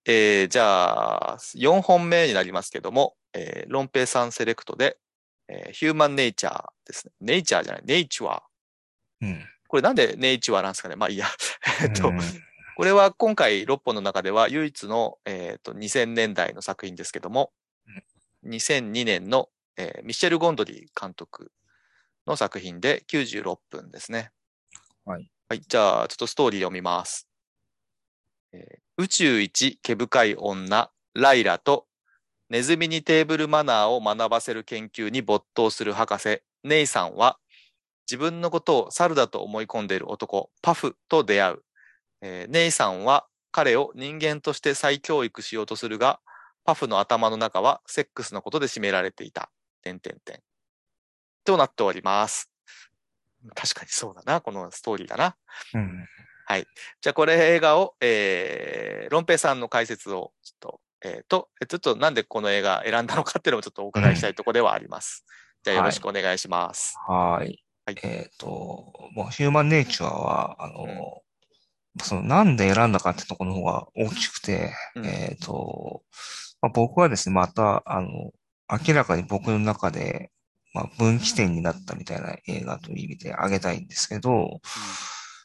じゃあ、4本目になりますけども、ロンペイさんセレクトで、ヒューマンネイチャーですね。ネイチャーじゃない、ネイチュアー。 うん。 これなんでネイチュアーなんですかね。まあいいや。えうっと、 ん。 これは今回6本の中では唯一の、2000年代の作品ですけども、2002年の、ミシェル・ゴンドリー監督の作品で96分ですね。 はい。 はい。じゃあ、ちょっとストーリー読みます。宇宙一毛深い女、ライラとネズミにテーブルマナーを学ばせる研究に没頭する博士、ネイさんは自分のことを猿だと思い込んでいる男、パフと出会う。ネイさんは彼を人間として再教育しようとするが、パフの頭の中はセックスのことで占められていた。てんてんてん。となっております。確かにそうだな、このストーリーだな。 うん。 はい。じゃあ、これ映画を、ロンペイさんの解説を、ちょっとなんでこの映画選んだのかっていうのをちょっとお伺いしたいところではあります。じゃあ、よろしくはい。 お願いします。 はい。 はい。 もうヒューマンネイチャーは、 うん。 なんで選んだかってところの方が大きくて、 うん。 僕はですね、また、明らかに僕の中で、分岐点になったみたいな映画という意味で挙げたいんですけど、 うん。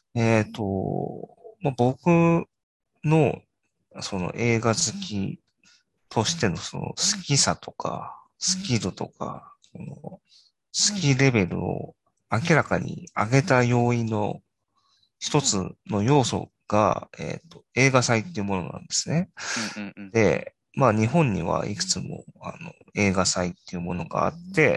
僕の、その映画好きとしてのその好きさとか、スキルとか、その好きレベルを明らかに上げた要因の一つの要素が、映画祭っていうものなんですね。 うん。うん。うん。 で、日本にはいくつも、映画祭っていうものがあって、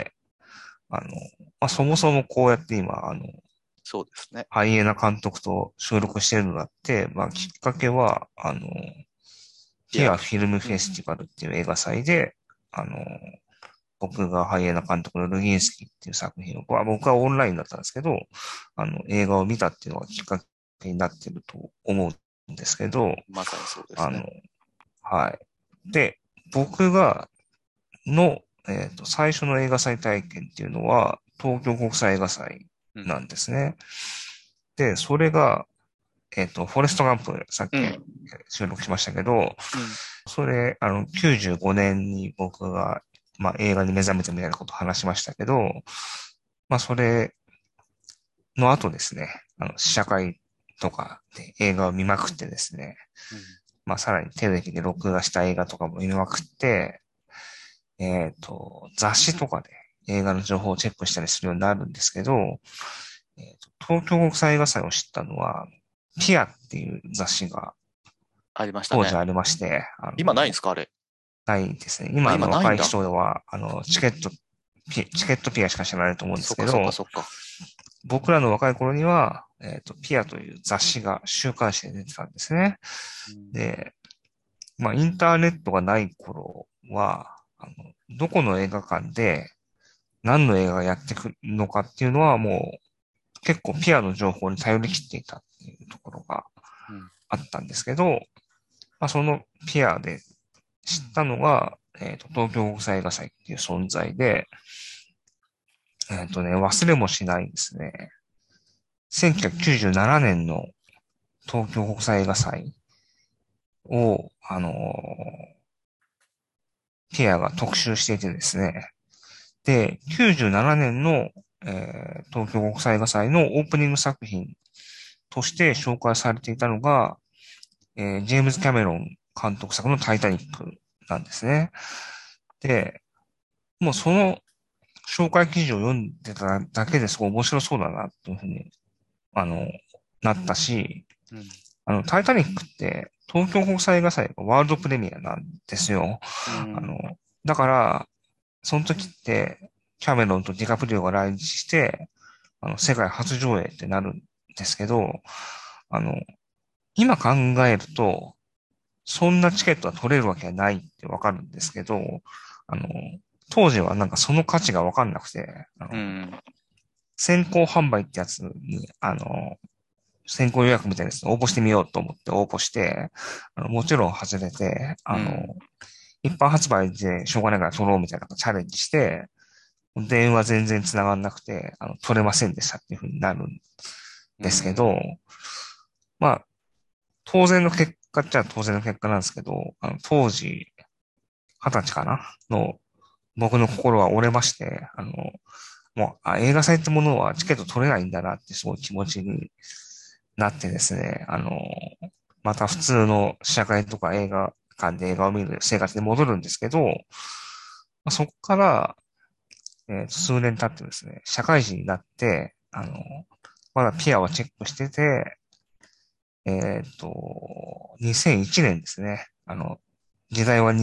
あの、そもそもこうやって今、 そうですね。 ハイエナ監督と収録してるのだって、きっかけは、 いや。 ピアフィルムうん。 フェスティバルっていう映画祭で、あの、僕がハイエナ監督のルギンスキーっていう作品を、僕はオンラインだったんですけど、映画を見たっていうのがきっかけになってると思うんですけど、 まさにそうですあの、 ね。 はい。で、僕が、の、最初の映画祭体験っていうのは、東京国際映画祭うん。 なんですね。で、それが、フォレストガンプ、さっきうん。 収録しましたけど、 うん。 それ、95年に僕が、映画に目覚めてみたいなことを話しましたけど、それの後ですね、試写会とかで映画を見まくってですね、 うん。 さらにテレビで録画した映画とかも見まくって、雑誌とかで映画の情報をチェックしたりするようになるんですけど、東京国際映画祭を知ったのは、ピアっていう雑誌がありましたね。 当時ありまして、 今ないんですか、あれ。 ないですね。 あ、 今、 今ないんだ。 若い人は、チケットピアしか知らないと思うんでそっかそっかすけど、 そっか。 僕らの若い頃には、ピアという雑誌が週刊誌で出てたんですね。 うん。 で、インターネットがない頃は、どこの映画館で何の映画がやってくるのかっていうのはもう結構ピアの情報に頼り切っていたっていうところがうん。 あったんですけど、そのピアで知ったのが、東京国際映画祭っていう存在で、忘れもしないですね。1997年の東京国際映画祭を、ピアが特集していてですね。で、97年の、東京国際映画祭のオープニング作品として紹介されていたのが、ジェームズ・キャメロン監督作のタイタニックなんですね。で、もうその紹介記事を読んでただけですごい面白そうだな、というふうに、あの、なったし、 うん。 タイタニックって東京国際映画祭がワールドプレミアなんですよ。 うあの、 ん。 だから、その時って、キャメロンとディカプリオが来日して、世界初上映ってなるんですけど、あの、今考えると、そんなチケットは取れるわけはないってわかるんですけど、あの、当時はなんかその価値がわかんなくて、 うん。 先行販売ってやつに、先行予約みたいなやつに応募してみようと思って応募して、もちろん外れて、 うん。 一般発売でしょうがないから取ろうみたいなチャレンジして、電話全然繋がんなくて、取れませんでしたっていう風になるんうですけど、 ん。 まあ、当然の結果っちゃ当然の結果なんですけど、当時、20歳かなの、僕の心は折れまして、もう、映画祭ってものはチケット取れないんだなってすごい気持ちになってですね、また普通の試写会とか映画館で映画を見る生活に戻るんですけど、そこから、数年経ってですね、社会人になって、まだピアをチェックしてて、2001年ですね。時代は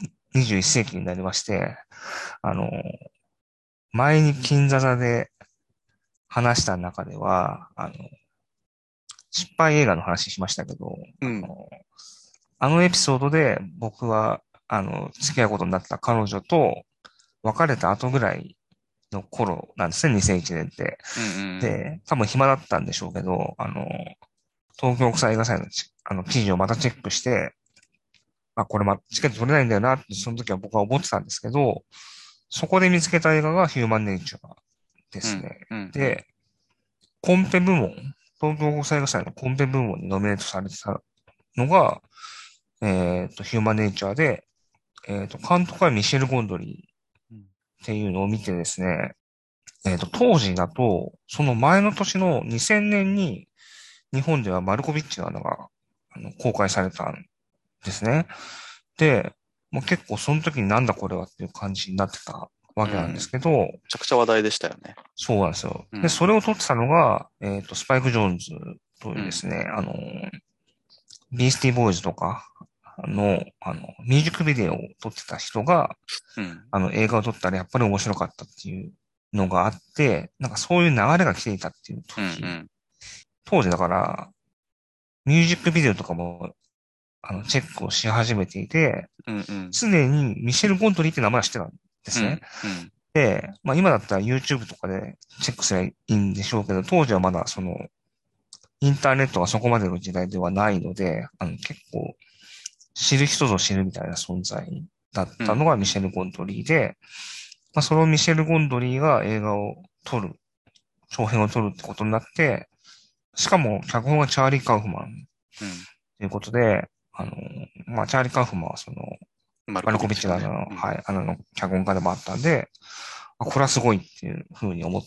21世紀になりまして、あの、前に金座座で話した中では、失敗映画の話しましたけど、 うん。 あのエピソードで僕は、付き合うことになった彼女と別れた後ぐらいの頃なんですね、2001年って。 うんうん。 で、多分暇だったんでしょうけど、東京国際映画祭の記事をまたチェックして、これチケット取れないんだよなって、その時は僕は思ってたんですけど、そこで見つけた映画がヒューマンネイチャーでうん。 すね。 うん。うん。 で、コンペ部門、東京国際映画祭のコンペ部門にノミネートされてたのが、ヒューマンネイチャーで、監督はミシェル・ゴンドリーっていうのを見てですね、当時だと、その前の年の2000年に日本ではマルコビッチの穴が公開されたんですね。で、もう結構その時になんだこれはっていう感じになってたわけなんでうん。めすけど、 ちゃくちゃ話題でしたよね。 そうなんですよ。で、 うん。 それを撮ってたのが、スパイク・ジョーンズとうん。 いうですね、ビースティーボーイズとかミュージックビデオを撮ってた人が、 うん。 映画を撮ったらやっぱり面白かったっていうのがあって、なんかそういう流れが来ていたっていううん。う時、 ん。 当時だから、ミュージックビデオとかも、チェックをし始めていて、 うん。うん。 常にミシェル・ゴントリーって名前は知ってたんですね。 うん。うん。 で、今だったら YouTube とかでチェックすればいいんでしょうけど、当時はまだインターネットがそこまでの時代ではないので、結構、知る人ぞ知るみたいな存在だったのうん。 がミシェル・ゴンドリーで、そのミシェル・ゴンドリーが映画を撮る、長編を撮るってことになって、しかも脚本はチャーリー・カウフマンうん。 ということで、チャーリー・カウフマンはマルコマルコビッビッチがね。 チがうん。 はい、脚本家でもあったんで、これはすごいっていうふうに思って、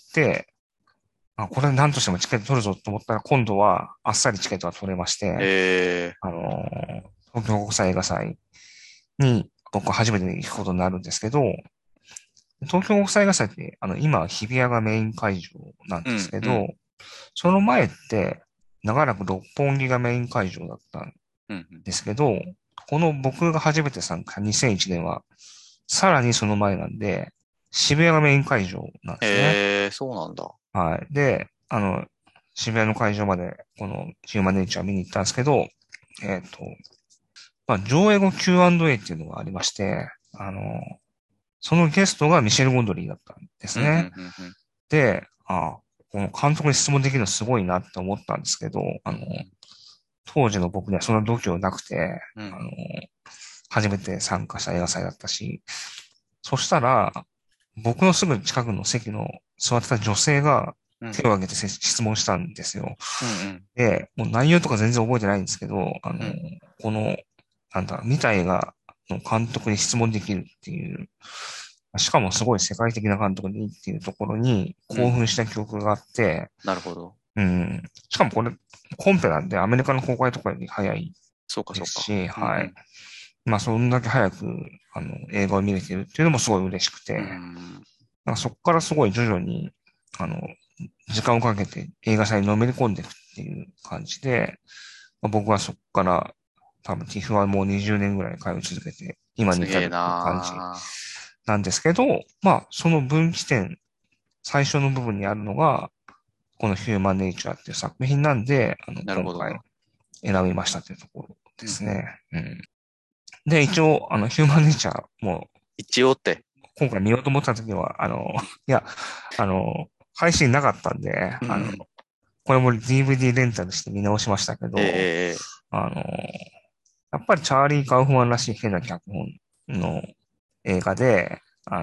これ何としてもチケット取るぞと思ったら、今度はあっさりチケットが取れまして、 ええ。 東京国際映画祭に僕は初めて行くことになるんですけど、東京国際映画祭って、今、日比谷がメイン会場なんうん。 ですけど、 うん。 その前って、長らく六本木がメイン会場だったんうん。うん。 ですけど、この僕が初めて参加、2001年は、さらにその前なんで、渋谷がメイン会場なんですね。 ええ、そうなんだ。 はい。で、渋谷の会場まで、このヒューマンネイチャー見に行ったんですけど、えっと、上映後 Q&A っていうのがありまして、そのゲストがミシェル・ゴンドリーだったんでうん。うん。 すね。 うん。うん。 で、この監督に質問できるのすごいなって思ったんですけど、当時の僕にはそんな度胸なくて、 うん。 初めて参加した映画祭だったし、そしたら、僕のすぐ近くの席の座ってた女性がうん。 手を挙げて質問したんですよ。 うん。うん。 で、もう内容とか全然覚えてないんですけど、 うん。 この、見た映画の監督に質問できるっていう、しかもすごい世界的な監督にっていうところにうん。 興奮した記憶があって、 なるほど。 うん。しかもこれ、コンペなんでアメリカの公開とかより早いそうか、そうか。 ですし、 うん。うはい。 ん。 そんだけ早く、映画を見れてるっていうのもすごい嬉しくうて、 ん。 そこからすごい徐々に、あの、時間をかけて映画祭にのめり込んでいくっていう感じで、僕はそこから多分 TIFF はもう20年ぐらい通い続けて、今にすげえ至るっていう感じななんですけど、その分岐点、最初の部分にあるのが、このヒューマンネイチャーっていう作品なんで、 ー。なる今回ほどな。 選びましたというところでうん。 すね。うん。で、一応、ヒューマンネイチャーも、 一応って。 今回見ようと思った時は、いや、配信なかったんで、 うん。うん。 これも DVD レンタルして見直しましたけええ、 ど、 ええ。 あの、やっぱりチャーリー・カウフマンらしい変な脚本の映画で、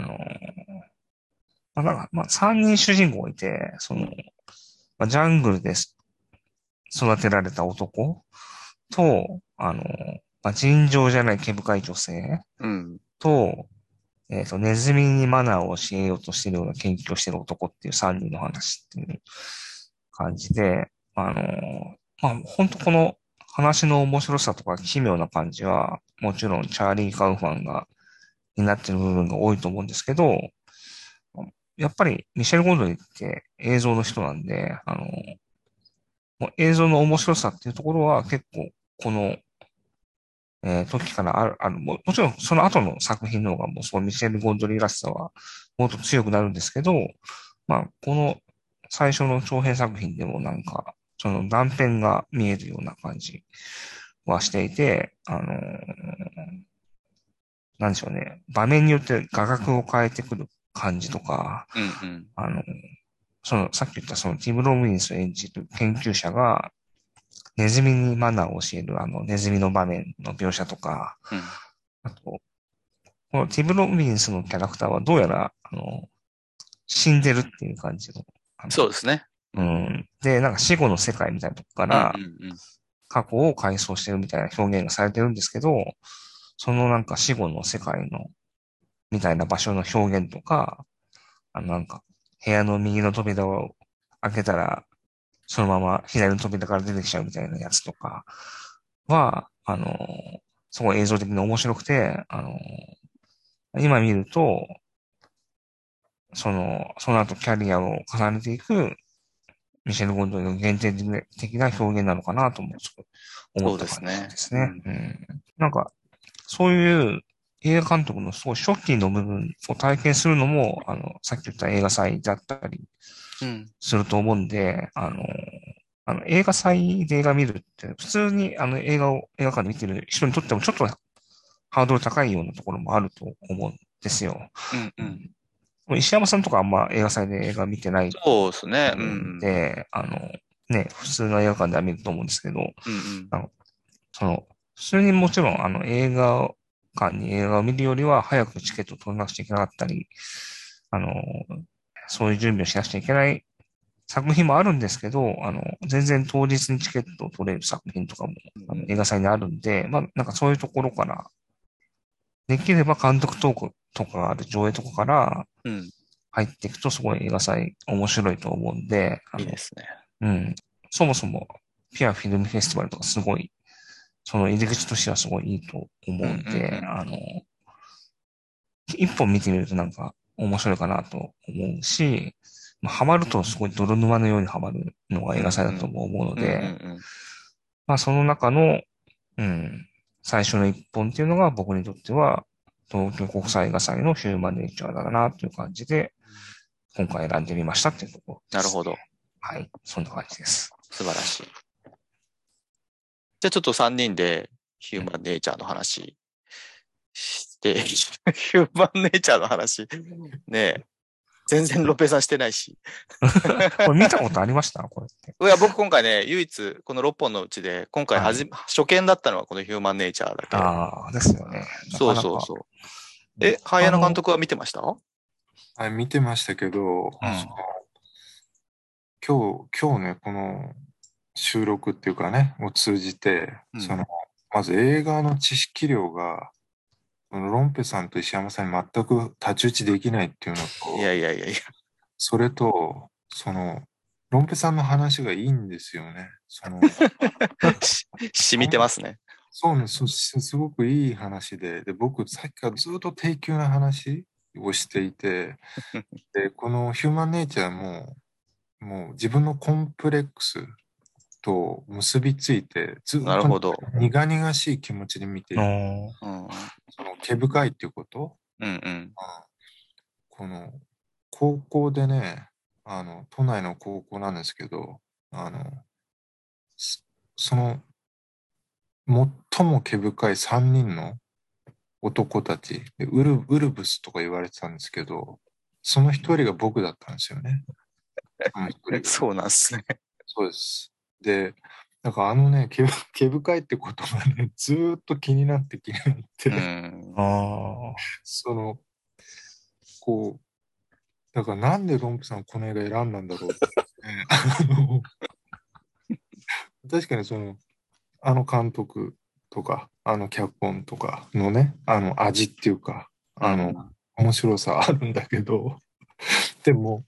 三人主人公がいて、 うん。 ジャングルで育てられた男と、 尋常じゃない毛深い女性うん。 と、ネズミにマナーを教えようとしているような研究をしている男っていう3人の話っていう感じで、本当この話の面白さとか奇妙な感じは、もちろんチャーリー・カウフマンが担っている部分が多いと思うんですけど、やっぱりミシェル・ゴンドリーって映像の人なんで、もう映像の面白さっていうところは結構この、時からあるもちろんその後の作品の方がもうそのミシェル・ゴンドリーらしさはもっと強くなるんですけど、この最初の長編作品でもなんか、その断片が見えるような感じはしていて、なんでしょうね。場面によって画角を変えてくる感じとか、 うんうん。 あの、さっき言ったそのティム・ロビンスを演じる研究者が、ネズミにマナーを教えるネズミの場面の描写とか、 うん。 あと、このティム・ロビンスのキャラクターはどうやら、死んでるっていう感じの、あの、 そうですね。うん。 で、なんか死後の世界みたいなとこかうんうら、 んうん。 過去を回想してるみたいな表現がされてるんですけど、そのなんか死後の世界の、みたいな場所の表現とか、なんか、部屋の右の扉を開けたら、そのまま左の扉から出てきちゃうみたいなやつとかは、すごい映像的に面白くて、今見ると、その後キャリアを重ねていくミシェル・ゴンドリーの限定的な表現なのかなともすごい思そうった感じですね。 ですね。 うん。 うん。なんか、そういう映画監督のすごい初期の部分を体験するのも、さっき言った映画祭だったりうん。 すると思うんで、映画祭で映画見るって、普通に映画館で見てる人にとってもちょっとハードル高いようなところもあると思うんですよ。 うんうん。 うん石山さんとかあんま映画祭で映画見てないとそうですね。う思うんん。 で、ね、普通の映画館では見ると思うんですけど、 うんうん。 あの、普通にもちろん映画館に映画を見るよりは早くチケットを取らなくちゃいけなかったり、あの、そういう準備をしなくちゃいけない作品もあるんですけど、全然当日にチケットを取れる作品とかも、映画祭にあるんで、なんかそういうところから、できれば監督トークとかがある上映とかからうん。 入っていくとすごい映画祭面白いと思うんで、 いいですね。 うん。そもそも、ピアフィルムフェスティバルとかすごい、その入り口としてはすごいいいとうんう思うんで、 ん一本見てみるとなんか面白いかなと思うし、ハマるとすごい泥沼のようにハマるのがうん。 映画祭うんだとも思うのうん。うんうんで、 うん。 その中の、うん、最初の一本っていうのが僕にとっては、東京国際映画祭のヒューマンネイチャーだなという感じで、今回選んでみましたっていうところですね。 なるほど。 はい。そんな感じです。 素晴らしい。じゃあちょっと3人でヒューマンネイチャーの話して、ヒューマンネイチャーの話。ねえ。全然ロペさんしてないし。 これ見たことありましたこれって。 いや、僕今回ね、唯一この6本のうちで、今回はい。 初見だったのはこのヒューマンネイチャーだけ。 ああ、ですよね。なそうかなか、 そうそう。ハイアナ監督は見てました？ はい、見てましたけど、 うん。 今日ね、この収録っていうかね、を通じて、 うん。 まず映画の知識量が、このロンペさんと石山さんに全く太刀打ちできないっていうのいやと、 いやいやいや。 それと、ロンペさんの話がいいんですよね。 染みてますね。 そうね、すごくいい話で、僕、さっきからずっと低級な話をしていて、で、このヒューマンネイチャーもう自分のコンプレックスと結びついて、ずっとなるほど。 苦々しい気持ちで見ている。 の、 うん。 毛深いっていうこと、 うんうん。 この、高校でね、都内の高校なんですけど、あの、すその、最も毛深い3人の男たち、でウルブスとか言われてたんですけど、その一人が僕だったんですよね。その一人が。 そうなんですね。 そうです。で、なんか毛深いって言葉ね、ずーっと気になって気になっうて、 ん。 あその、こう、だからなんでロンプさんこの映画選んだんだろうって、ね確かにあの監督とか、脚本とかのね、味っていうか、面白さあるんだけど、でも、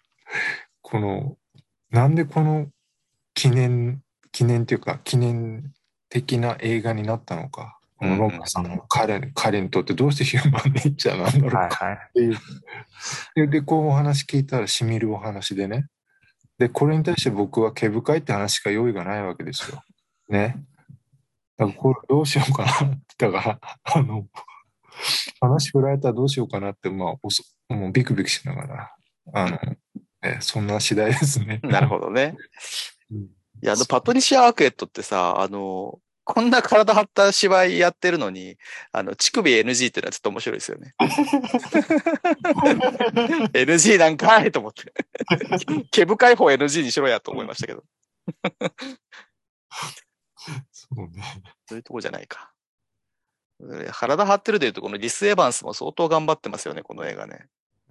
なんでこの記念っていうか、記念的な映画になったのか、このロマンさんの彼にとってどうしてヒューマンネイチャーなんだろうかっていう。で、こうお話聞いたら染みるお話でね。で、これに対して僕は毛深いって話しか用意がないわけですよ。ね。だからこれどうしようかなって、だから、話振られたらどうしようかなって、もうビクビクしながら、そんな次第ですね。 なるほどね。 うん、 いや、パトリシア・アークエットってさ、こんな体張った芝居やってるのに、乳首 NG ってのはちょっと面白いですよね。NG なんかいと思って。毛深い方 NG にしろやと思いましたけど。 そうね。 そういうとこじゃないか。体張ってるでいうと、このリス・エヴァンスも相当頑張ってますよね、この映画ね。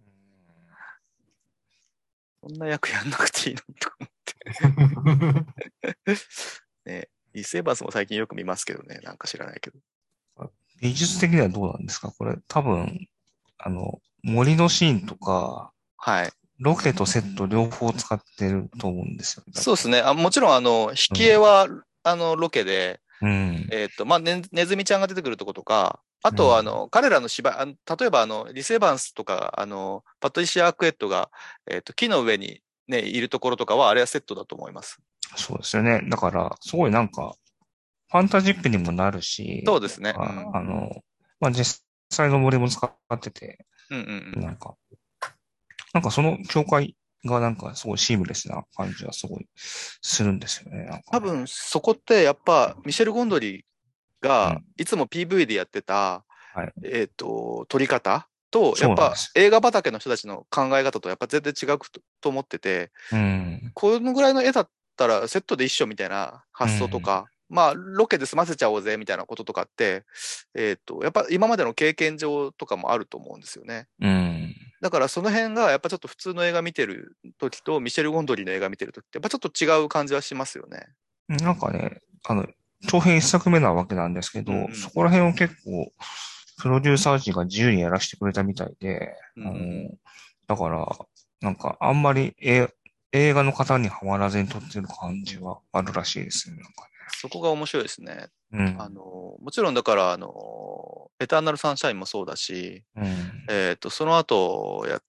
こんな役やんなくていいのと思って。ね、リス・エヴァンスも最近よく見ますけどね、なんか知らないけど。 美術的にはどうなんですか？これ多分、森のシーンとか、 はい。 ロケとセット両方使ってると思うんですよ。 そうですね。もちろん、引き絵は、ロケで、 うん。 まあ、ネズミちゃんが出てくるとことか、あと、彼らの芝居、例えば、リス・エヴァンスとか、パトリシア・アークエットが、木の上にね、いるところとかは、あれはセットだと思います。 そうですよね。だから、すごいなんか、ファンタジックにもなるし、 そうですね。 まあ、実際の森も使ってて、 うんなんかその境界がなんかすごいシームレスな感じはすごいするんですよね。 多分そこってやっぱミシェル・ゴンドリがいつも PV でやってた、撮り方と、やっぱ映画畑の人たちの考え方とやっぱ全然違うと思ってて、このぐらいの絵だったらセットで一緒みたいな発想とか、まあロケで済ませちゃおうぜみたいなこととかって、やっぱ今までの経験上とかもあると思うんですよね。だからその辺がやっぱちょっと普通の映画見てる時とミシェル・ゴンドリーの映画見てる時ってやっぱちょっと違う感じはしますよね。 なんかね、長編一作目なわけなんですけど、そこら辺を結構プロデューサー陣が自由にやらせてくれたみたいで、だから、なんかあんまり映画の型にはまらずに撮ってる感じはあるらしいですね。なんかね、 そこが面白いですね。もちろんだから、エターナルサンシャインもそうだし、その後やった、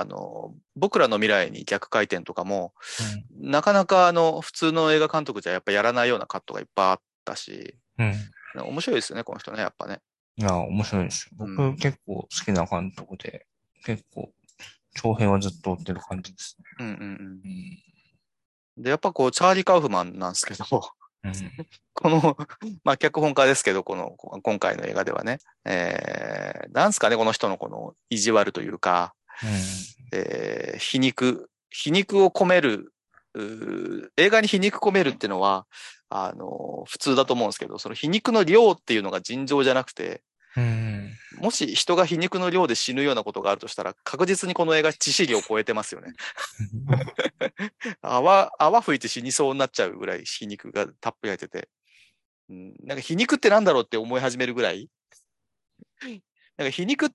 僕らの未来に逆回転とかも、なかなか普通の映画監督じゃやっぱやらないようなカットがいっぱいあったし、面白いですよね、この人ね、やっぱね。 いや、面白いです。僕結構好きな監督で、結構長編はずっと追ってる感じですね。 で、やっぱこう、チャーリー・カウフマンなんですけど、この、まあ、脚本家ですけど、今回の映画ではね、なんすかね、この人のこの意地悪というか、皮肉を込める、映画に皮肉込めるっていうのは、普通だと思うんですけど、その皮肉の量っていうのが尋常じゃなくて、もし人が皮肉の量で死ぬようなことがあるとしたら、確実にこの映画致死量を超えてますよね。泡吹いて死にそうになっちゃうぐらい皮肉がたっぷり入ってて、なんか皮肉ってなんだろうって思い始めるぐらい。なんか皮肉って、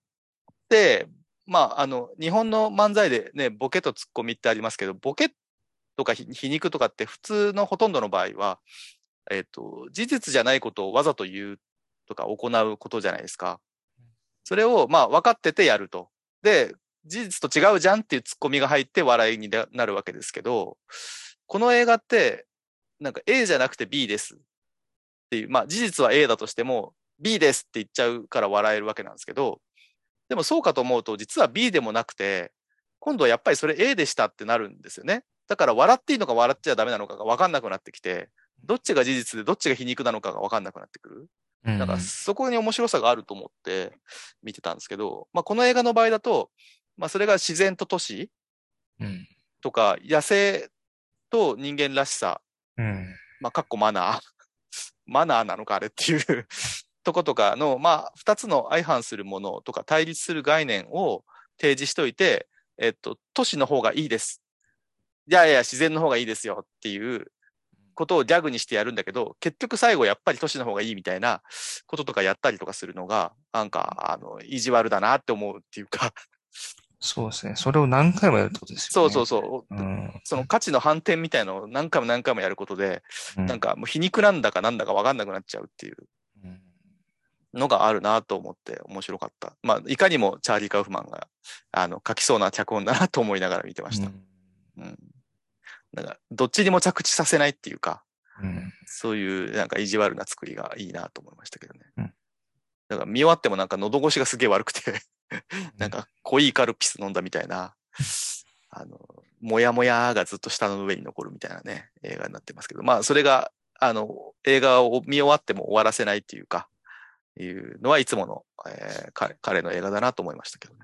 まあ、日本の漫才でね、ボケとツッコミってありますけど、ボケとか皮肉とかって普通のほとんどの場合は、事実じゃないことをわざと言うとか行うことじゃないですか。それを、まあ、分かっててやると。で、事実と違うじゃんっていうツッコミが入って笑いになるわけですけど、この映画って、なんか A じゃなくて B ですっていう、まあ、事実は A だとしても、B ですって言っちゃうから笑えるわけなんですけど、でもそうかと思うと、実は B でもなくて、今度はやっぱりそれ A でしたってなるんですよね。だから笑っていいのか笑っちゃダメなのかが分かんなくなってきて、どっちが事実でどっちが皮肉なのかが分かんなくなってくる。だからそこに面白さがあると思って見てたんですけど、まあ、この映画の場合だと、まあ、それが自然と都市とか野生と人間らしさ、まあ、かっこマナーなのかあれっていうとことかの、まあ、二つの相反するものとか対立する概念を提示しといて、都市の方がいいです。いやいや、自然の方がいいですよっていうことをギャグにしてやるんだけど、結局最後やっぱり都市の方がいいみたいなこととかやったりとかするのが、なんか、意地悪だなって思うっていうか。 そうですね。それを何回もやるってことですよね。 そうそうそう。 うん。 その価値の反転みたいなのを何回も何回もやることで、 うんなんかもう皮肉なんだかなんだか分かんなくなっちゃうっていううんのがあるなと思って面白かった。まあ、いかにもチャーリー・カウフマンが書きそうな脚本だなと思いながら見てました。うん。なんかどっちにも着地させないっていうか、 うん。 そういうなんか意地悪な作りがいいなと思いましたけどね。 うんだから見終わってもなんか喉越しがすげえ悪くてなんか濃いカルピス飲んだみたいな、もやもやがずっと舌の上に残るみたいなね、映画になってますけど、まあそれが、映画を見終わっても終わらせないっていうか、いうのはいつもの、彼の映画だなと思いましたけどね。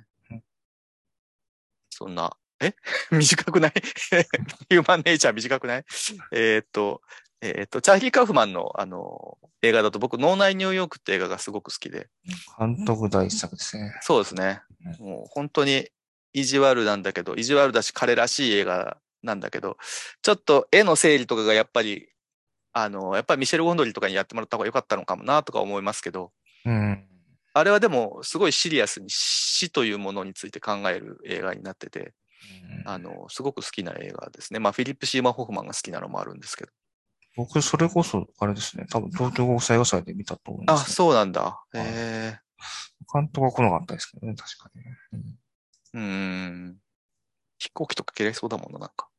そんな、短くないヒューマンネイチャー短くないチャーリー・カウフマンの、映画だと僕、脳内ニューヨークって映画がすごく好きで。 監督第一作ですね。 そうですね。もう本当に意地悪なんだけど、意地悪だし彼らしい映画なんだけど、ちょっと絵の整理とかがやっぱり、やっぱりミシェル・ゴンドリーとかにやってもらった方が良かったのかもなとか思いますけど、 うん。 あれはでもすごいシリアスに死というものについて考える映画になってて、すごく好きな映画ですね。まあ、フィリップ・シーマン・ホフマンが好きなのもあるんですけど。 僕、それこそ、あれですね。多分、東京国際映画祭で見たと思いまあ、 すね。 そうなんだ。へ監督は来なかったですけどね、確かにね。 え。飛行機とか嫌いそうだもんな、なんか。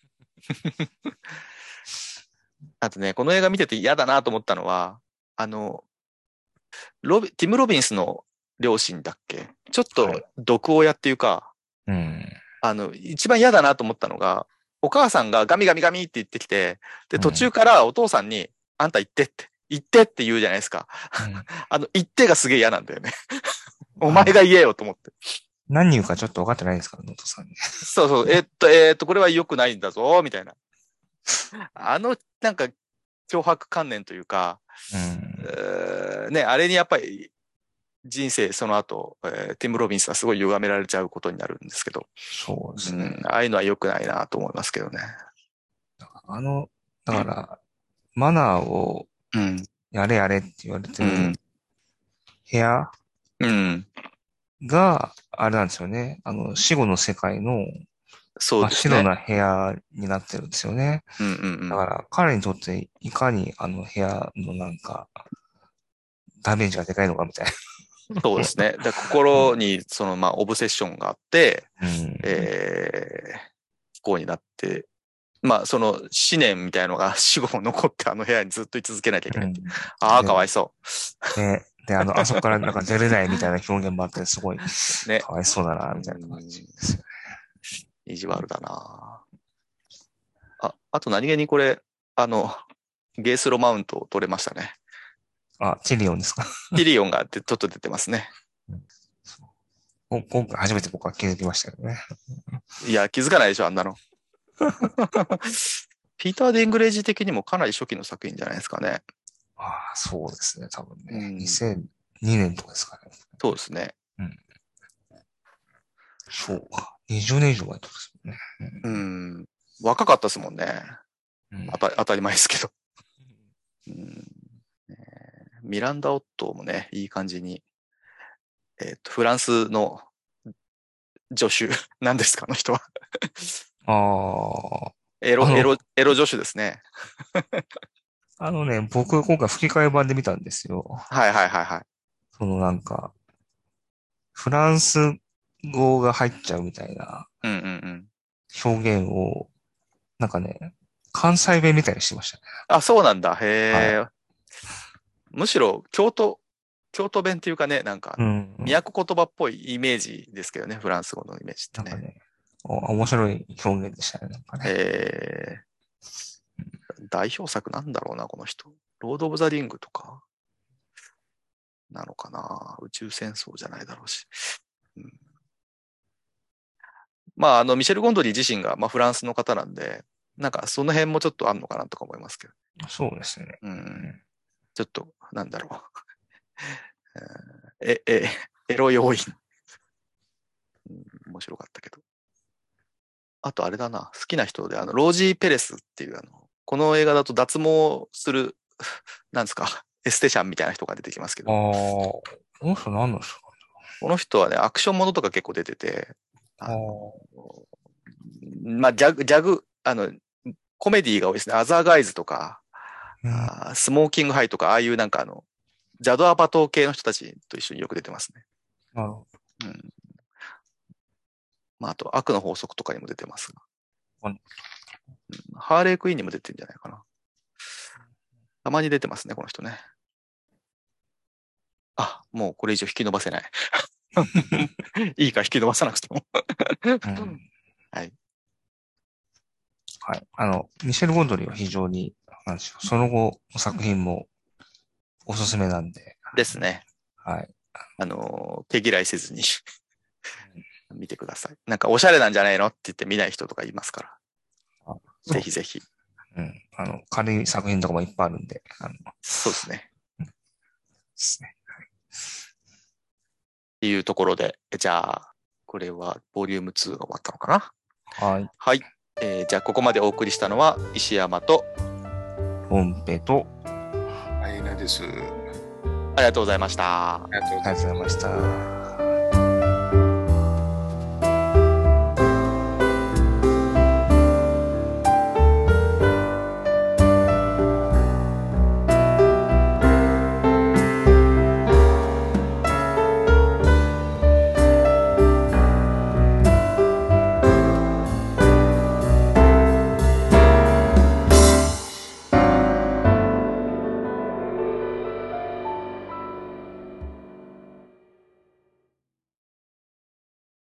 あとね、この映画見てて嫌だなと思ったのは、ティム・ロビンスの両親だっけちょっと毒親っていうか、 うん。 一番嫌だなと思ったのが、お母さんがガミガミガミって言ってきて、で、途中からお父さんに、あんた行ってって、行ってって言うじゃないですか。行ってがすげえ嫌なんだよね。お前が言えよと思って。 何言うかちょっと分かってないですから、ノートさんに。 そうそう、これは良くないんだぞ、みたいな。なんか、脅迫観念というか、ね、あれにやっぱり人生その後、ティム・ロビンスはすごい歪められちゃうことになるんですけど、 そうですね。 ああいうのは良くないなと思いますけどね。 だから、マナーをやれやれって言われてる部屋が、あれなんですよね。死後の世界の真っ白な部屋になってるんですよね。だから彼にとっていかに部屋のなんかダメージがでかいのかみたいな。 そうですね。心にオブセッションがあって、不幸になって、まあその思念みたいなのが死後も残って部屋にずっと居続けなきゃいけない。ああ、かわいそう。 で、あそこからなんか出れないみたいな表現もあって、すごい、 ね、 かわいそうだな、みたいな感じですよね。 意地悪だな。あと何気にこれ、ゲースロマウントを取れましたね。 ティリオンですか？ ティリオンがちょっと出てますね。 今回初めて僕は気づきましたけどね。 いや、気づかないでしょ、あんなの。ピーター・デングレージ的にもかなり初期の作品じゃないですかね。 そうですね、多分ね。2002年とかですかね。 そうですね。 そうか。20年以上前とですもんね。 若かったですもんね。当たり前ですけど。ミランダ・オットーもね、いい感じに、フランスの助手、なんですか、あの人は。エロ助手ですね。 僕今回吹き替え版で見たんですよ。 はいはいはいはい。 なんか、フランス語が入っちゃうみたいな表現を、なんかね、関西弁みたいにしてましたね。 あ、そうなんだ。へえ。むしろ京都弁っていうかね、なんか、都言葉っぽいイメージですけどね、フランス語のイメージってね。 なんかね、面白い表現でしたね、なんかね。 代表作なんだろうな、この人。ロード・オブ・ザ・リングとかなのかな。宇宙戦争じゃないだろうし。まあ、ミシェル・ゴンドリー自身が、フランスの方なんで、なんかその辺もちょっとあんのかなとか思いますけど。 そうですね。 ちょっと、なんだろう。エロ要因。面白かったけど。あとあれだな、好きな人で、ロージー・ペレスっていうこの映画だと脱毛する、なんですか、エステシャンみたいな人が出てきますけああ、 ど、 この人何の人かこの人はね、アクションものとか結構出てて、 な。 まあ、ギャグ、コメディが多いですね。アザーガイズとか、スモーキングハイとか、ああいうなんかジャドアパト系の人たちと一緒によく出てますね。 なるほまあ、あと、悪の法則とかにも出てますが。 うんハーレークイーンにも出てるんじゃないかな。たまに出てますね、この人ね。あ、もうこれ以上引き伸ばせない。いいか、引き伸ばさなくても。はい。 はい。ミシェル・ゴンドリーは非常に、なんでしょう、その後の作品もおすすめなんで。 ですね。 はい。 毛嫌いせずに見てください。なんかおしゃれなんじゃないのって言って見ない人とかいますから。ぜひぜひ。 うん。軽い作品とかもいっぱいあるんで。 そうですね。 ですね。 っていうところで、じゃあ、これはボリューム2が終わったのかな。 はい。 はい。じゃあ、ここまでお送りしたのは、石山と、 ポンペと、 アイナです。 ありがとうございました。 ありがとうございました。 ありがとうございました。